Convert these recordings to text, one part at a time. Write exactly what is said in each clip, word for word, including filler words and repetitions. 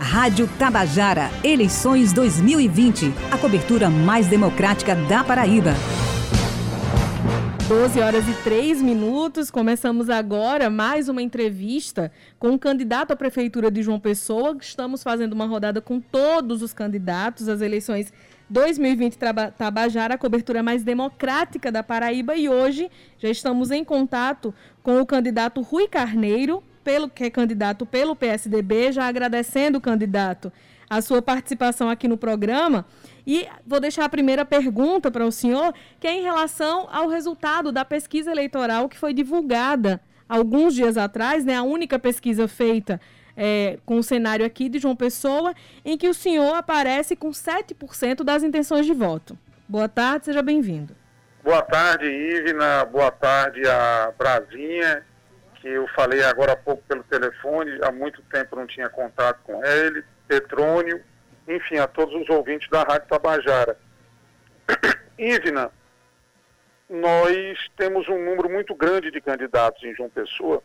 Rádio Tabajara, eleições dois mil e vinte, a cobertura mais democrática da Paraíba. doze horas e três minutos, começamos agora mais uma entrevista com um candidato à Prefeitura de João Pessoa. Estamos fazendo uma rodada com todos os candidatos às eleições dois mil e vinte Tabajara, a cobertura mais democrática da Paraíba. E hoje já estamos em contato com o candidato Rui Carneiro, pelo, que é candidato pelo P S D B, já agradecendo o candidato a sua participação aqui no programa. E vou deixar a primeira pergunta para o senhor, que é em relação ao resultado da pesquisa eleitoral que foi divulgada alguns dias atrás, né, a única pesquisa feita é, com o cenário aqui de João Pessoa, em que o senhor aparece com sete por cento das intenções de voto. Boa tarde, seja bem-vindo. Boa tarde, Ivna. Boa tarde a Brasinha, que eu falei agora há pouco pelo telefone, há muito tempo não tinha contato com ele, Petrônio, enfim, a todos os ouvintes da Rádio Tabajara. Ivna, nós temos um número muito grande de candidatos em João Pessoa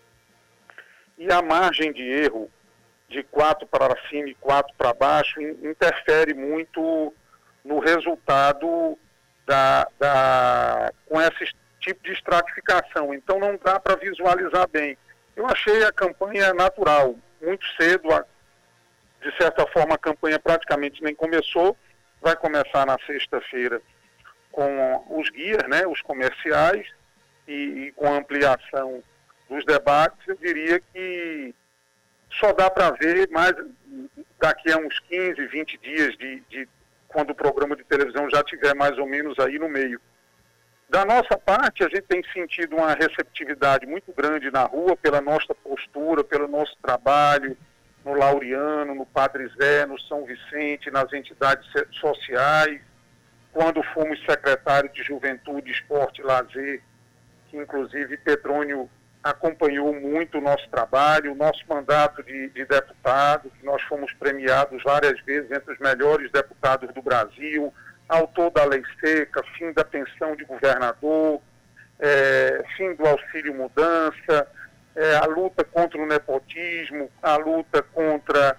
e a margem de erro de quatro para cima e quatro para baixo interfere muito no resultado da, da, com esse tipo de estratificação. Então não dá para visualizar bem. Eu achei a campanha natural, muito cedo, a de certa forma, a campanha praticamente nem começou, vai começar na sexta-feira com os guias, né, os comerciais, e, e com a ampliação dos debates. Eu diria que só dá para ver mais daqui a uns quinze, vinte dias, de, de, quando o programa de televisão já estiver mais ou menos aí no meio. Da nossa parte, a gente tem sentido uma receptividade muito grande na rua pela nossa postura, pelo nosso trabalho, no Laureano, no Padre Zé, no São Vicente, nas entidades sociais, quando fomos secretário de Juventude, Esporte e Lazer, que inclusive Petrônio acompanhou muito o nosso trabalho, o nosso mandato de, de deputado, que nós fomos premiados várias vezes entre os melhores deputados do Brasil, autor da lei seca, fim da pensão de governador, é, fim do auxílio mudança, É, a luta contra o nepotismo, a luta contra,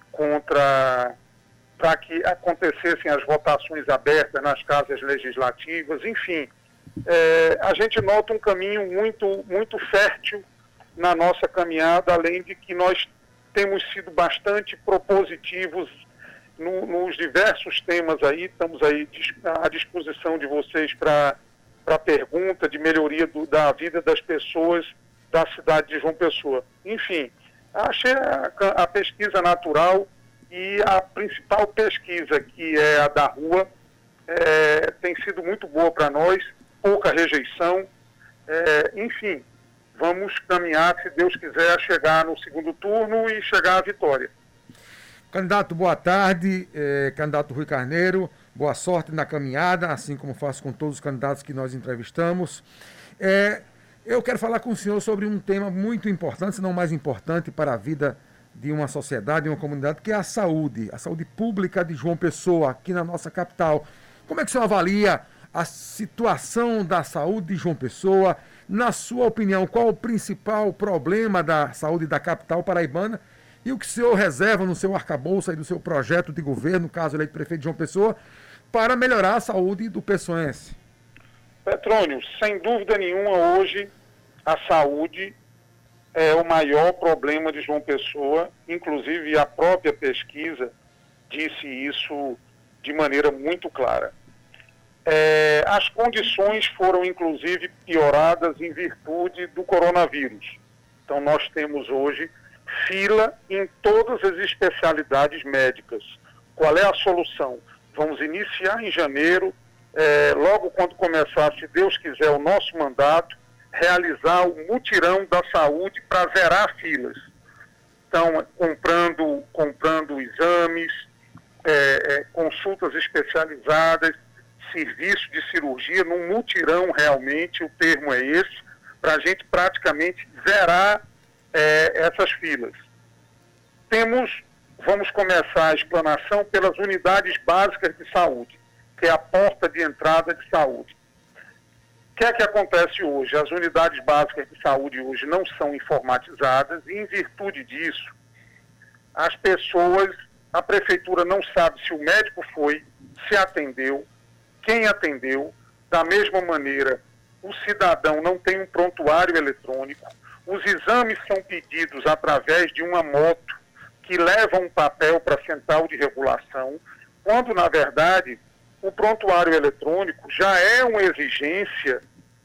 contra para que acontecessem as votações abertas nas casas legislativas, enfim, é, a gente nota um caminho muito, muito fértil na nossa caminhada, além de que nós temos sido bastante propositivos no, nos diversos temas aí, estamos aí à disposição de vocês para para pergunta de melhoria do, da vida das pessoas da cidade de João Pessoa. Enfim, achei a, a pesquisa natural e a principal pesquisa, que é a da rua, é, tem sido muito boa para nós, pouca rejeição, é, enfim, vamos caminhar, se Deus quiser, chegar no segundo turno e chegar à vitória. Candidato, boa tarde, é, candidato Rui Carneiro, boa sorte na caminhada, assim como faço com todos os candidatos que nós entrevistamos. É, Eu quero falar com o senhor sobre um tema muito importante, se não mais importante para a vida de uma sociedade, de uma comunidade, que é a saúde, a saúde pública de João Pessoa, aqui na nossa capital. Como é que o senhor avalia a situação da saúde de João Pessoa? Na sua opinião, qual o principal problema da saúde da capital paraibana? E o que o senhor reserva no seu arcabouço e do seu projeto de governo, caso eleito prefeito de João Pessoa, para melhorar a saúde do pessoense? Petrônio, sem dúvida nenhuma, hoje a saúde é o maior problema de João Pessoa, inclusive a própria pesquisa disse isso de maneira muito clara. É, as condições foram inclusive pioradas em virtude do coronavírus. Então nós temos hoje fila em todas as especialidades médicas. Qual é a solução? Vamos iniciar em janeiro, É, logo quando começar, se Deus quiser, o nosso mandato, realizar o mutirão da saúde para zerar filas. Então, comprando, comprando exames, é, é, consultas especializadas, serviço de cirurgia, num mutirão realmente, o termo é esse, para a gente praticamente zerar é, essas filas. Temos, vamos começar a explanação pelas unidades básicas de saúde, que é a porta de entrada de saúde. O que é que acontece hoje? As unidades básicas de saúde hoje não são informatizadas e, em virtude disso, as pessoas, a prefeitura não sabe se o médico foi, se atendeu, quem atendeu. Da mesma maneira, o cidadão não tem um prontuário eletrônico, os exames são pedidos através de uma moto que leva um papel para a central de regulação, quando, na verdade, o prontuário eletrônico já é uma exigência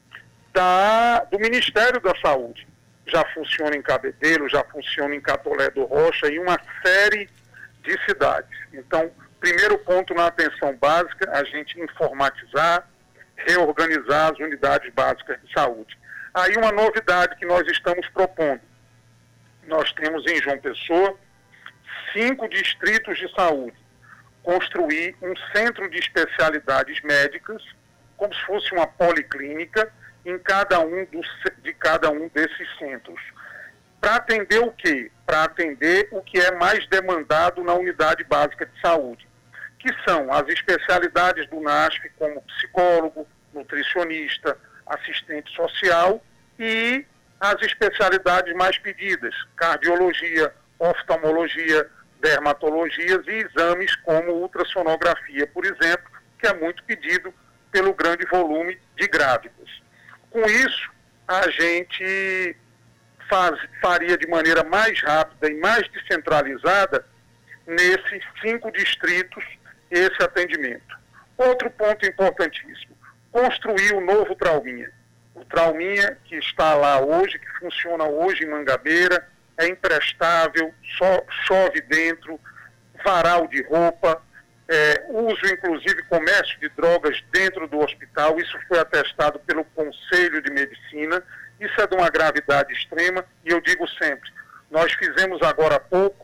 da, do Ministério da Saúde. Já funciona em Cabedelo, já funciona em Catolé do Rocha e uma série de cidades. Então, primeiro ponto na atenção básica, a gente informatizar, reorganizar as unidades básicas de saúde. Aí uma novidade que nós estamos propondo. Nós temos em João Pessoa cinco distritos de saúde. Construir um centro de especialidades médicas, como se fosse uma policlínica, em cada um dos, de cada um desses centros. Para atender o quê? Para atender o que é mais demandado na unidade básica de saúde, que são as especialidades do NASF, como psicólogo, nutricionista, assistente social, e as especialidades mais pedidas, cardiologia, oftalmologia, dermatologias e exames como ultrassonografia, por exemplo, que é muito pedido pelo grande volume de grávidas. Com isso, a gente faz, faria de maneira mais rápida e mais descentralizada nesses cinco distritos esse atendimento. Outro ponto importantíssimo, construir o novo Trauminha. O Trauminha que está lá hoje, que funciona hoje em Mangabeira, é imprestável, só chove dentro, varal de roupa, é, uso inclusive comércio de drogas dentro do hospital. Isso foi atestado pelo Conselho de Medicina. Isso é de uma gravidade extrema e eu digo sempre, nós fizemos agora há pouco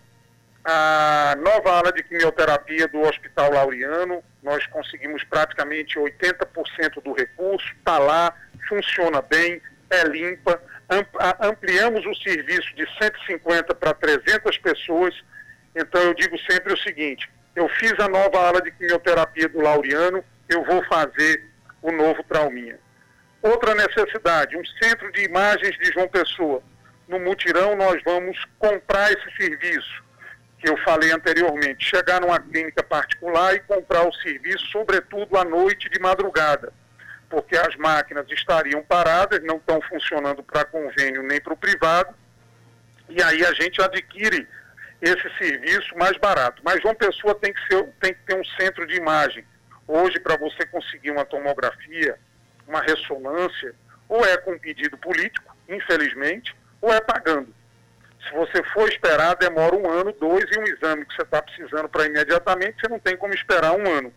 a nova ala de quimioterapia do Hospital Laureano. Nós conseguimos praticamente oitenta por cento do recurso, está lá, funciona bem, é limpa. Ampliamos o serviço de cento e cinquenta para trezentas pessoas. Então eu digo sempre o seguinte, eu fiz a nova ala de quimioterapia do Laureano, eu vou fazer o novo Trauminha. Outra necessidade, um centro de imagens de João Pessoa. No mutirão nós vamos comprar esse serviço, que eu falei anteriormente, chegar numa clínica particular e comprar o serviço, sobretudo à noite de madrugada, porque as máquinas estariam paradas, não estão funcionando para convênio nem para o privado, e aí a gente adquire esse serviço mais barato. Mas João Pessoa tem que, ser, tem que ter um centro de imagem. Hoje, para você conseguir uma tomografia, uma ressonância, ou é com pedido político, infelizmente, ou é pagando. Se você for esperar, demora um ano, dois, e um exame que você está precisando para imediatamente, você não tem como esperar um ano.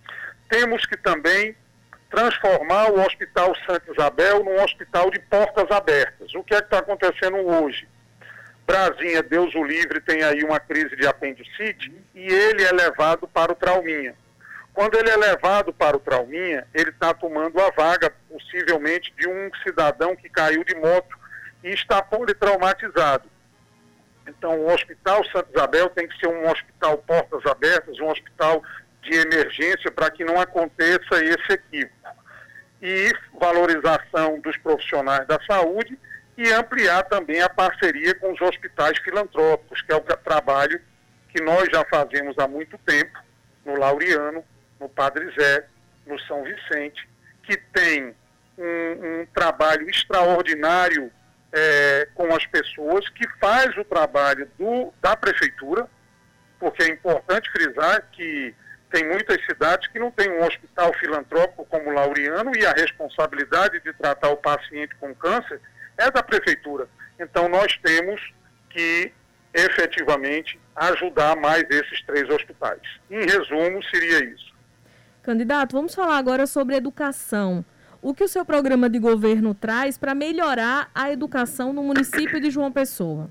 Temos que também transformar o Hospital Santa Isabel num hospital de portas abertas. O que é que está acontecendo hoje? Brasinha, Deus o livre, tem aí uma crise de apendicite e ele é levado para o Trauminha. Quando ele é levado para o Trauminha, ele está tomando a vaga, possivelmente, de um cidadão que caiu de moto e está politraumatizado. Então, o Hospital Santa Isabel tem que ser um hospital portas abertas, um hospital de emergência para que não aconteça esse equívoco. E valorização dos profissionais da saúde e ampliar também a parceria com os hospitais filantrópicos, que é o trabalho que nós já fazemos há muito tempo, no Laureano, no Padre Zé, no São Vicente, que tem um, um trabalho extraordinário é, com as pessoas, que faz o trabalho do, da prefeitura, porque é importante frisar que tem muitas cidades que não têm um hospital filantrópico como o Laureano e a responsabilidade de tratar o paciente com câncer é da prefeitura. Então nós temos que efetivamente ajudar mais esses três hospitais. Em resumo, seria isso. Candidato, vamos falar agora sobre educação. O que o seu programa de governo traz para melhorar a educação no município de João Pessoa?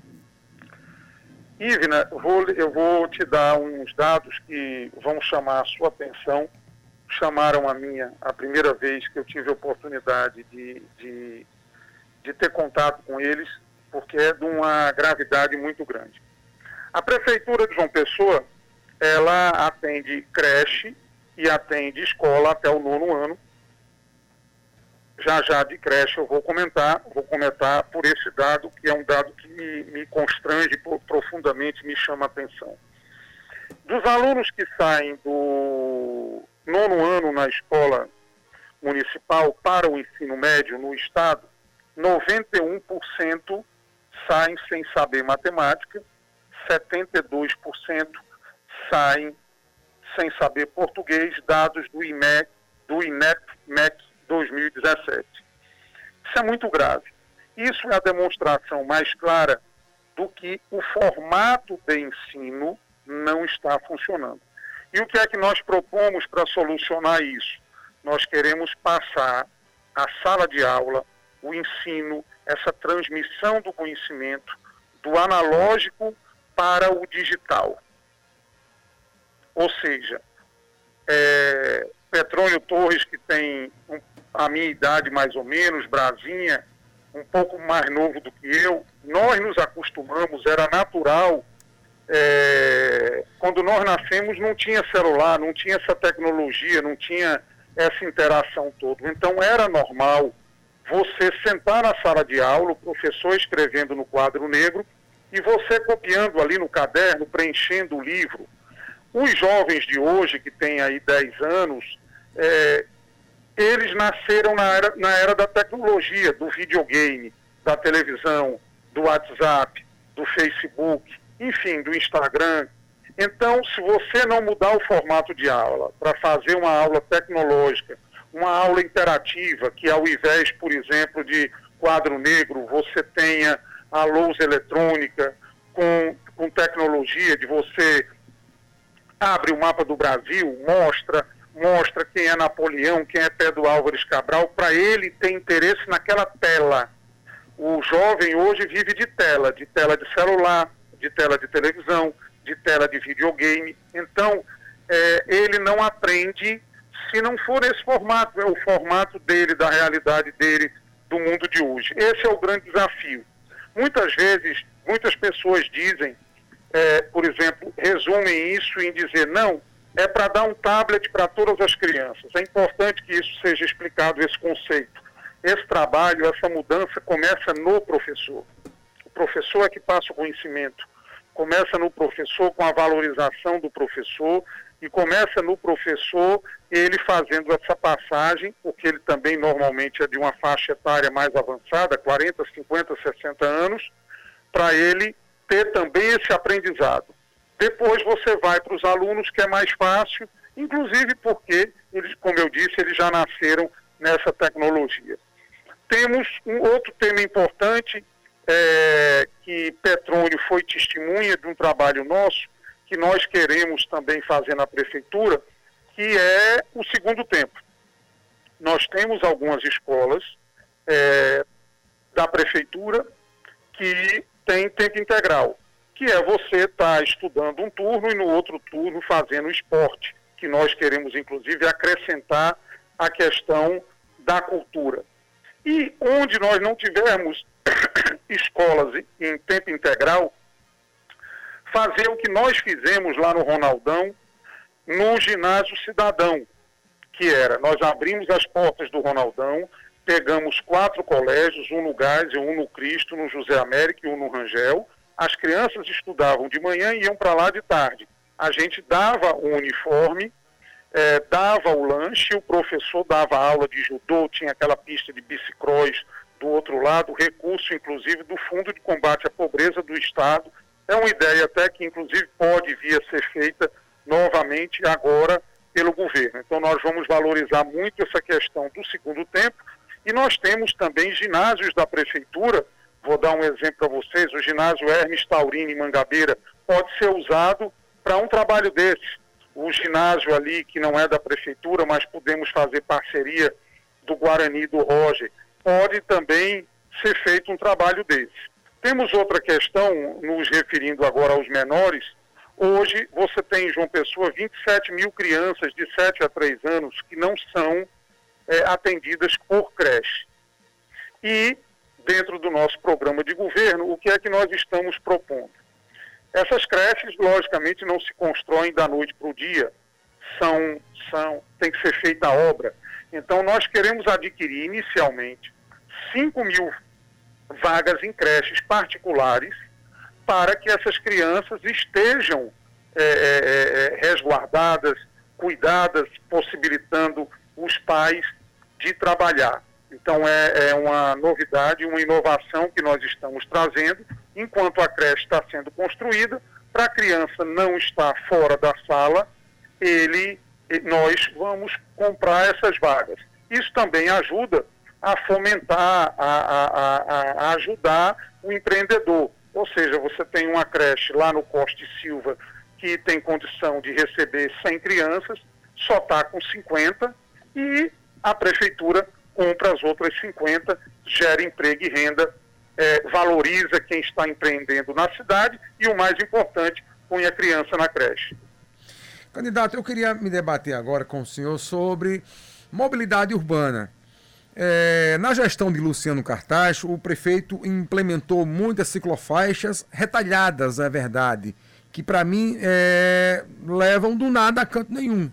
Ivna, eu vou, eu vou te dar uns dados que vão chamar a sua atenção. Chamaram a minha a primeira vez que eu tive a oportunidade de, de, de ter contato com eles, porque é de uma gravidade muito grande. A Prefeitura de João Pessoa, ela atende creche e atende escola até o nono ano. já já de creche eu vou comentar, vou comentar por esse dado, que é um dado que me, me constrange profundamente, me chama a atenção. Dos alunos que saem do nono ano na escola municipal para o ensino médio no estado, noventa e um por cento saem sem saber matemática, setenta e dois por cento saem sem saber português, dados do I M E C, do INEP M E C dois mil e dezessete. Isso é muito grave. Isso é a demonstração mais clara do que o formato de ensino não está funcionando. E o que é que nós propomos para solucionar isso? Nós queremos passar a sala de aula, o ensino, essa transmissão do conhecimento do analógico para o digital. Ou seja, é, Petrônio Torres, que tem um, a minha idade mais ou menos, Brasinha, um pouco mais novo do que eu, nós nos acostumamos, era natural, é, quando nós nascemos não tinha celular, não tinha essa tecnologia, não tinha essa interação toda. Então era normal você sentar na sala de aula, o professor escrevendo no quadro negro e você copiando ali no caderno, preenchendo o livro. Os jovens de hoje, que têm aí dez anos, é, eles nasceram na era, na era da tecnologia, do videogame, da televisão, do WhatsApp, do Facebook, enfim, do Instagram. Então, se você não mudar o formato de aula para fazer uma aula tecnológica, uma aula interativa, que ao invés, por exemplo, de quadro negro, você tenha a lousa eletrônica com, com tecnologia, de você abre o mapa do Brasil, mostra, mostra quem é Napoleão, quem é Pedro Álvares Cabral, para ele ter interesse naquela tela. O jovem hoje vive de tela, de tela de celular, de tela de televisão, de tela de videogame. Então, é, ele não aprende se não for esse formato, é o formato dele, da realidade dele, do mundo de hoje. Esse é o grande desafio. Muitas vezes, muitas pessoas dizem, é, por exemplo, resumem isso em dizer, não, é para dar um tablet para todas as crianças. É importante que isso seja explicado, esse conceito. Esse trabalho, essa mudança começa no professor. O professor é que passa o conhecimento. Começa no professor com a valorização do professor e começa no professor ele fazendo essa passagem, porque ele também normalmente é de uma faixa etária mais avançada, quarenta, cinquenta, sessenta anos, para ele ter também esse aprendizado. Depois você vai para os alunos, que é mais fácil, inclusive porque, eles, como eu disse, eles já nasceram nessa tecnologia. Temos um outro tema importante, é, que Petrônio foi testemunha de um trabalho nosso, que nós queremos também fazer na prefeitura, que é o segundo tempo. Nós temos algumas escolas é, da prefeitura que tem tempo integral, que é você estar tá estudando um turno e no outro turno fazendo esporte, que nós queremos inclusive acrescentar a questão da cultura. E onde nós não tivermos escolas em tempo integral, fazer o que nós fizemos lá no Ronaldão, no ginásio cidadão, que era, nós abrimos as portas do Ronaldão, pegamos quatro colégios, um no Gás, um no Cristo, no José Américo e um no Rangel. As crianças estudavam de manhã e iam para lá de tarde. A gente dava o uniforme, eh, dava o lanche, o professor dava aula de judô, tinha aquela pista de bicicross do outro lado, recurso inclusive do Fundo de Combate à Pobreza do Estado. É uma ideia até que inclusive pode vir a ser feita novamente agora pelo governo. Então nós vamos valorizar muito essa questão do segundo tempo e nós temos também ginásios da prefeitura. Vou dar um exemplo para vocês, o ginásio Hermes Taurino em Mangabeira pode ser usado para um trabalho desse. O ginásio ali que não é da prefeitura, mas podemos fazer parceria do Guarani e do Roger, pode também ser feito um trabalho desse. Temos outra questão, nos referindo agora aos menores. Hoje você tem em João Pessoa vinte e sete mil crianças de sete a três anos que não são é, atendidas por creche. E dentro do nosso programa de governo, o que é que nós estamos propondo? Essas creches, logicamente, não se constroem da noite para o dia, são, são, tem que ser feita a obra. Então, nós queremos adquirir inicialmente cinco mil vagas em creches particulares para que essas crianças estejam é, é, resguardadas, cuidadas, possibilitando os pais de trabalhar. Então, é, é uma novidade, uma inovação que nós estamos trazendo, enquanto a creche está sendo construída, para a criança não estar fora da sala, ele, nós vamos comprar essas vagas. Isso também ajuda a fomentar, a, a, a, a ajudar o empreendedor. Ou seja, você tem uma creche lá no Costa Silva que tem condição de receber cem crianças, só está com cinquenta, e a prefeitura compra as outras cinquenta, gera emprego e renda, é, valoriza quem está empreendendo na cidade e, o mais importante, põe a criança na creche. Candidato, eu queria me debater agora com o senhor sobre mobilidade urbana. É, na gestão de Luciano Cartacho, o prefeito implementou muitas ciclofaixas retalhadas, é verdade, que para mim é, levam do nada a canto nenhum.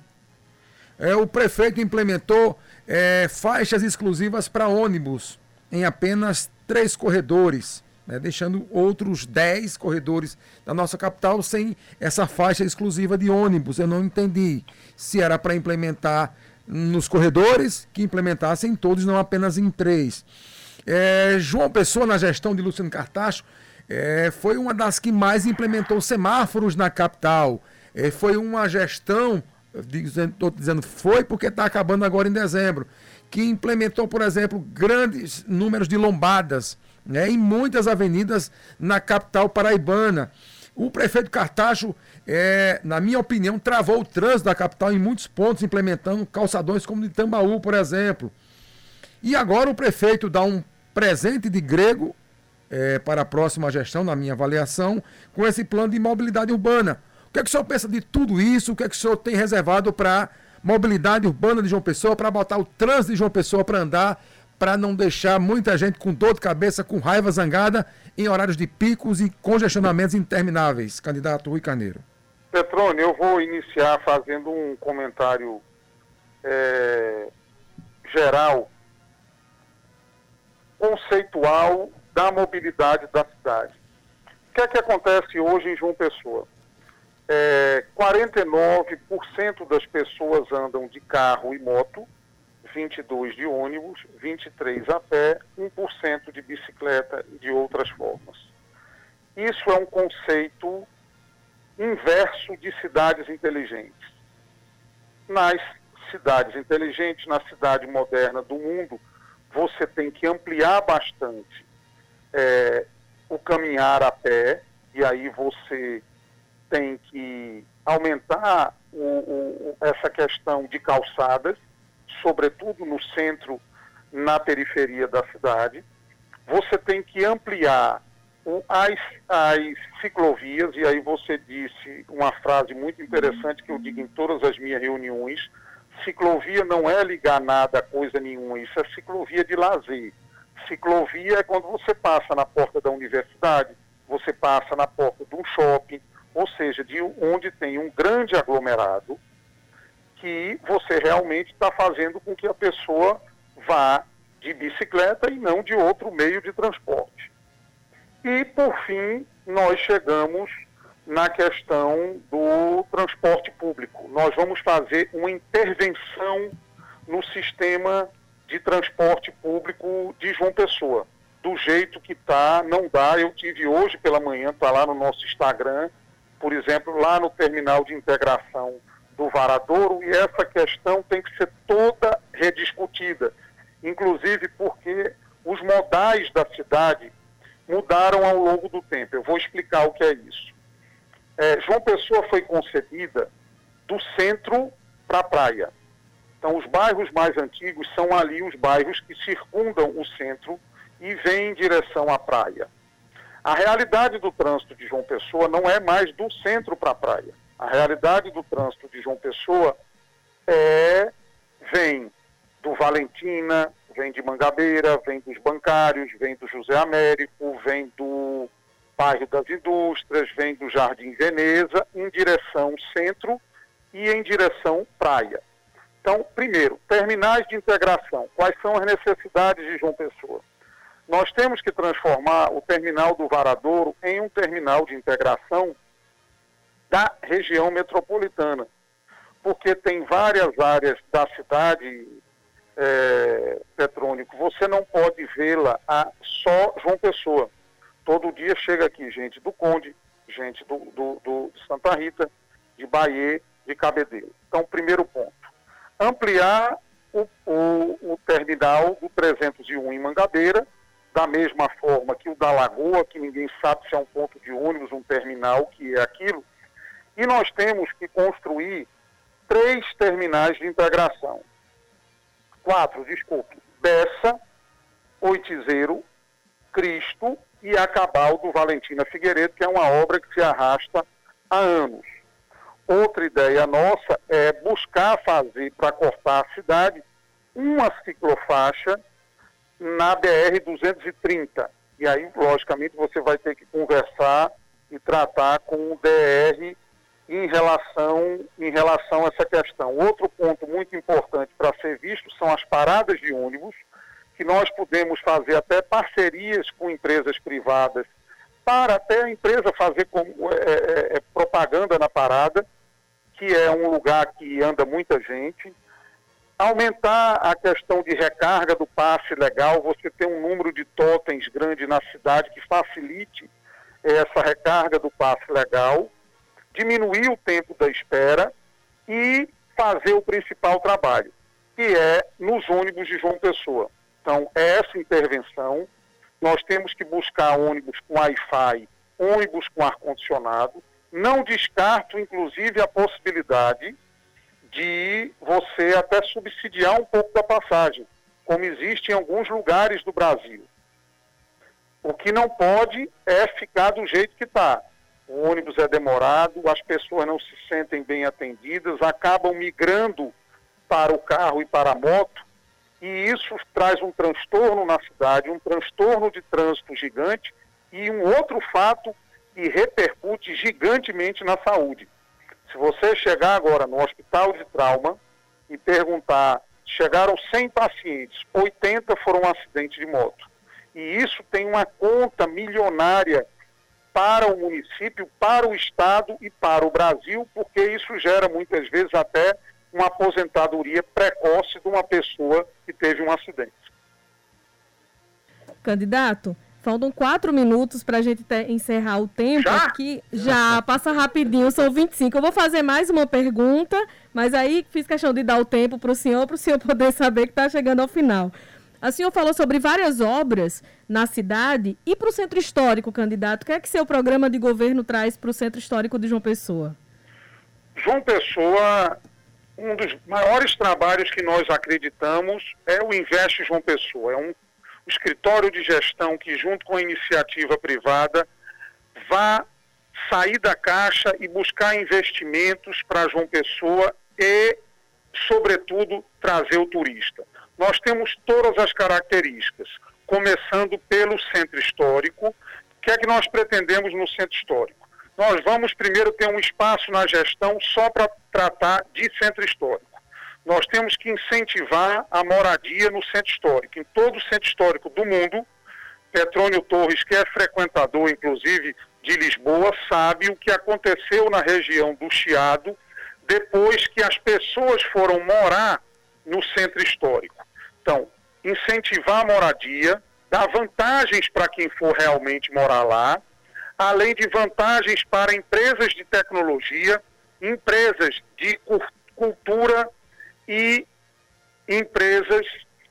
É, o prefeito implementou é, faixas exclusivas para ônibus em apenas três corredores, né, deixando outros dez corredores da nossa capital sem essa faixa exclusiva de ônibus. Eu não entendi se era para implementar nos corredores, que implementassem todos, não apenas em três. É, João Pessoa, na gestão de Luciano Cartacho, é, foi uma das que mais implementou semáforos na capital. É, foi uma gestão, estou dizendo foi porque está acabando agora em dezembro, que implementou, por exemplo, grandes números de lombadas, né, em muitas avenidas na capital paraibana. O prefeito Cartacho, é, na minha opinião, travou o trânsito da capital em muitos pontos, implementando calçadões como de Tambaú, por exemplo. E agora o prefeito dá um presente de grego é, para a próxima gestão, na minha avaliação, com esse plano de mobilidade urbana. O que é que o senhor pensa de tudo isso? O que é que o senhor tem reservado para mobilidade urbana de João Pessoa, para botar o trânsito de João Pessoa para andar, para não deixar muita gente com dor de cabeça, com raiva, zangada, em horários de picos e congestionamentos intermináveis? Candidato Rui Carneiro. Petrônio, eu vou iniciar fazendo um comentário é, geral, conceitual da mobilidade da cidade. O que é que acontece hoje em João Pessoa? É, quarenta e nove por cento das pessoas andam de carro e moto, vinte e dois por cento de ônibus, vinte e três por cento a pé, um por cento de bicicleta e de outras formas. Isso é um conceito inverso de cidades inteligentes. Nas cidades inteligentes, na cidade moderna do mundo, você tem que ampliar bastante é, o caminhar a pé, e aí você tem que aumentar o, o, essa questão de calçadas, sobretudo no centro, na periferia da cidade. Você tem que ampliar o, as, as ciclovias, e aí você disse uma frase muito interessante que eu digo em todas as minhas reuniões: ciclovia não é ligar nada a coisa nenhuma, isso é ciclovia de lazer. Ciclovia é quando você passa na porta da universidade, você passa na porta de um shopping, ou seja, de onde tem um grande aglomerado, que você realmente está fazendo com que a pessoa vá de bicicleta e não de outro meio de transporte. E, por fim, nós chegamos na questão do transporte público. Nós vamos fazer uma intervenção no sistema de transporte público de João Pessoa. Do jeito que está, não dá. Eu tive hoje pela manhã, está lá no nosso Instagram, por exemplo, lá no terminal de integração do Varadouro, e essa questão tem que ser toda rediscutida, inclusive porque os modais da cidade mudaram ao longo do tempo. Eu vou explicar o que é isso. É, João Pessoa foi concebida do centro para a praia. Então, os bairros mais antigos são ali os bairros que circundam o centro e vêm em direção à praia. A realidade do trânsito de João Pessoa não é mais do centro para a praia. A realidade do trânsito de João Pessoa é, vem do Valentina, vem de Mangabeira, vem dos Bancários, vem do José Américo, vem do bairro das Indústrias, vem do Jardim Veneza, em direção centro e em direção praia. Então, primeiro, terminais de integração. Quais são as necessidades de João Pessoa? Nós temos que transformar o terminal do Varadouro em um terminal de integração da região metropolitana, porque tem várias áreas da cidade, é, Petrônio, que você não pode vê-la a só João Pessoa. Todo dia chega aqui gente do Conde, gente do, do, do, de Santa Rita, de Bahia, de Cabedelo. Então, primeiro ponto, ampliar o, o, o terminal do trezentos e um em Mangabeira, da mesma forma que o da Lagoa, que ninguém sabe se é um ponto de ônibus, um terminal, que é aquilo. E nós temos que construir três terminais de integração. Quatro, desculpe, Bessa, Oitizeiro, Cristo e a Cabal do Valentina Figueiredo, que é uma obra que se arrasta há anos. Outra ideia nossa é buscar fazer, para cortar a cidade, uma ciclofaixa na B R duzentos e trinta. E aí, logicamente, você vai ter que conversar e tratar com o D R em relação, em relação a essa questão. Outro ponto muito importante para ser visto são as paradas de ônibus, que nós podemos fazer até parcerias com empresas privadas, para até a empresa fazer como, é, é, propaganda na parada, que é um lugar que anda muita gente. Aumentar a questão de recarga do passe legal, você ter um número de totens grande na cidade que facilite essa recarga do passe legal, diminuir o tempo da espera e fazer o principal trabalho, que é nos ônibus de João Pessoa. Então, é essa intervenção. Nós temos que buscar ônibus com Wi-Fi, ônibus com ar-condicionado. Não descarto, inclusive, a possibilidade de você até subsidiar um pouco da passagem, como existe em alguns lugares do Brasil. O que não pode é ficar do jeito que está. O ônibus é demorado, as pessoas não se sentem bem atendidas, acabam migrando para o carro e para a moto, e isso traz um transtorno na cidade, um transtorno de trânsito gigante e um outro fato que repercute gigantemente na saúde. Se você chegar agora no hospital de trauma e perguntar, chegaram cem pacientes, oitenta foram um acidente de moto. E isso tem uma conta milionária para o município, para o estado e para o Brasil, porque isso gera muitas vezes até uma aposentadoria precoce de uma pessoa que teve um acidente. Candidato, faltam quatro minutos para a gente ter, encerrar o tempo. Já? Aqui, já, passa rapidinho, são vinte e cinco. Eu vou fazer mais uma pergunta, mas aí fiz questão de dar o tempo para o senhor, para o senhor poder saber que está chegando ao final. A senhora falou sobre várias obras na cidade e para o Centro Histórico, candidato. O que é que seu programa de governo traz para o Centro Histórico de João Pessoa? João Pessoa, um dos maiores trabalhos que nós acreditamos é o Investe João Pessoa. É um escritório de gestão que, junto com a iniciativa privada, vá sair da caixa e buscar investimentos para João Pessoa e, sobretudo, trazer o turista. Nós temos todas as características, começando pelo Centro Histórico. O que é que nós pretendemos no Centro Histórico? Nós vamos primeiro ter um espaço na gestão só para tratar de Centro Histórico. Nós temos que incentivar a moradia no Centro Histórico. Em todo o Centro Histórico do mundo, Petrônio Torres, que é frequentador, inclusive, de Lisboa, sabe o que aconteceu na região do Chiado depois que as pessoas foram morar no Centro Histórico. Então, incentivar a moradia, dar vantagens para quem for realmente morar lá, além de vantagens para empresas de tecnologia, empresas de cultura e empresas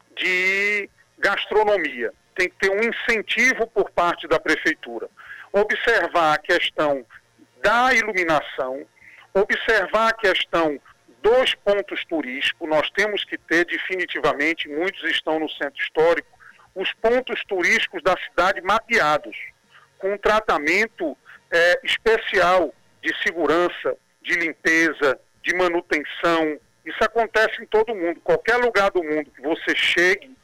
de gastronomia. Tem que ter um incentivo por parte da prefeitura. Observar a questão da iluminação, observar a questão dos pontos turísticos. Nós temos que ter definitivamente, muitos estão no Centro Histórico, os pontos turísticos da cidade mapeados, com um tratamento é, especial de segurança, de limpeza, de manutenção. Isso acontece em todo mundo. Qualquer lugar do mundo que você chegue,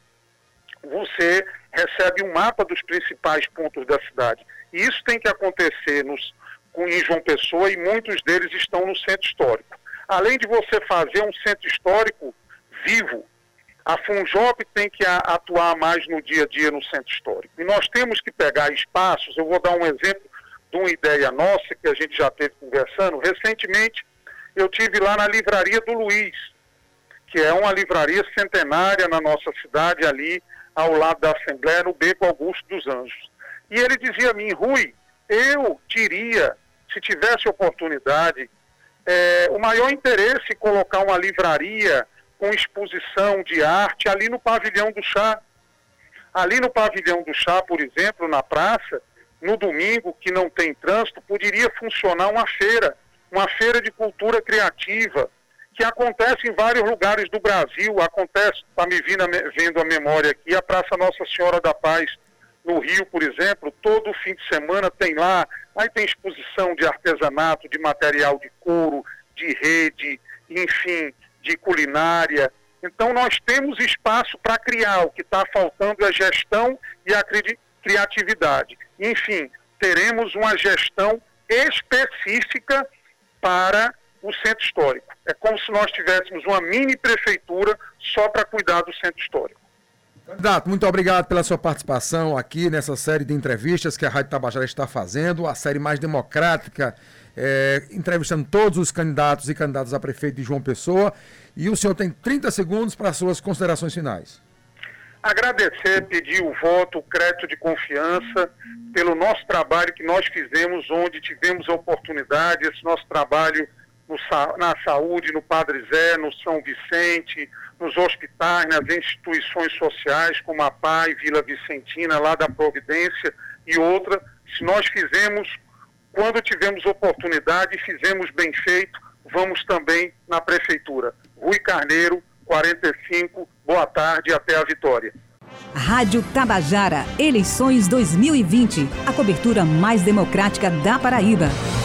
você recebe um mapa dos principais pontos da cidade. E isso tem que acontecer nos, em João Pessoa, e muitos deles estão no Centro Histórico. além de você fazer um centro histórico vivo, a Funjop tem que a, atuar mais no dia a dia no centro histórico. E nós temos que pegar espaços, eu vou dar um exemplo de uma ideia nossa que a gente já teve conversando. Recentemente, eu tive lá na Livraria do Luiz, que é uma livraria centenária na nossa cidade, ali ao lado da Assembleia, no Beco Augusto dos Anjos. E ele dizia a mim: Rui, eu teria, se tivesse oportunidade, é, o maior interesse em colocar uma livraria com exposição de arte ali no Pavilhão do Chá. Ali no Pavilhão do Chá, por exemplo, na praça, no domingo, que não tem trânsito, poderia funcionar uma feira, uma feira de cultura criativa, que acontece em vários lugares do Brasil. Acontece, está me vindo, vendo a memória aqui, a Praça Nossa Senhora da Paz, no Rio, por exemplo, todo fim de semana tem lá, aí tem exposição de artesanato, de material de couro, de rede, enfim, de culinária. Então nós temos espaço para criar. O que está faltando é gestão e a cri- criatividade. Enfim, teremos uma gestão específica para o centro histórico. É como se nós tivéssemos uma mini prefeitura só para cuidar do centro histórico. Candidato, muito obrigado pela sua participação aqui nessa série de entrevistas que a Rádio Tabajara está fazendo, a série mais democrática, é, entrevistando todos os candidatos e candidatas a prefeito de João Pessoa. E o senhor tem trinta segundos para as suas considerações finais. Agradecer, pedir o voto, o crédito de confiança pelo nosso trabalho que nós fizemos, onde tivemos a oportunidade, esse nosso trabalho no, na saúde, no Padre Zé, no São Vicente, nos hospitais, nas instituições sociais, como a P A I, Vila Vicentina, lá da Providência e outra. Se nós fizemos, quando tivemos oportunidade e fizemos bem feito, vamos também na Prefeitura. Rui Carneiro, quarenta e cinco, boa tarde e até a vitória. Rádio Tabajara, eleições dois mil e vinte, a cobertura mais democrática da Paraíba.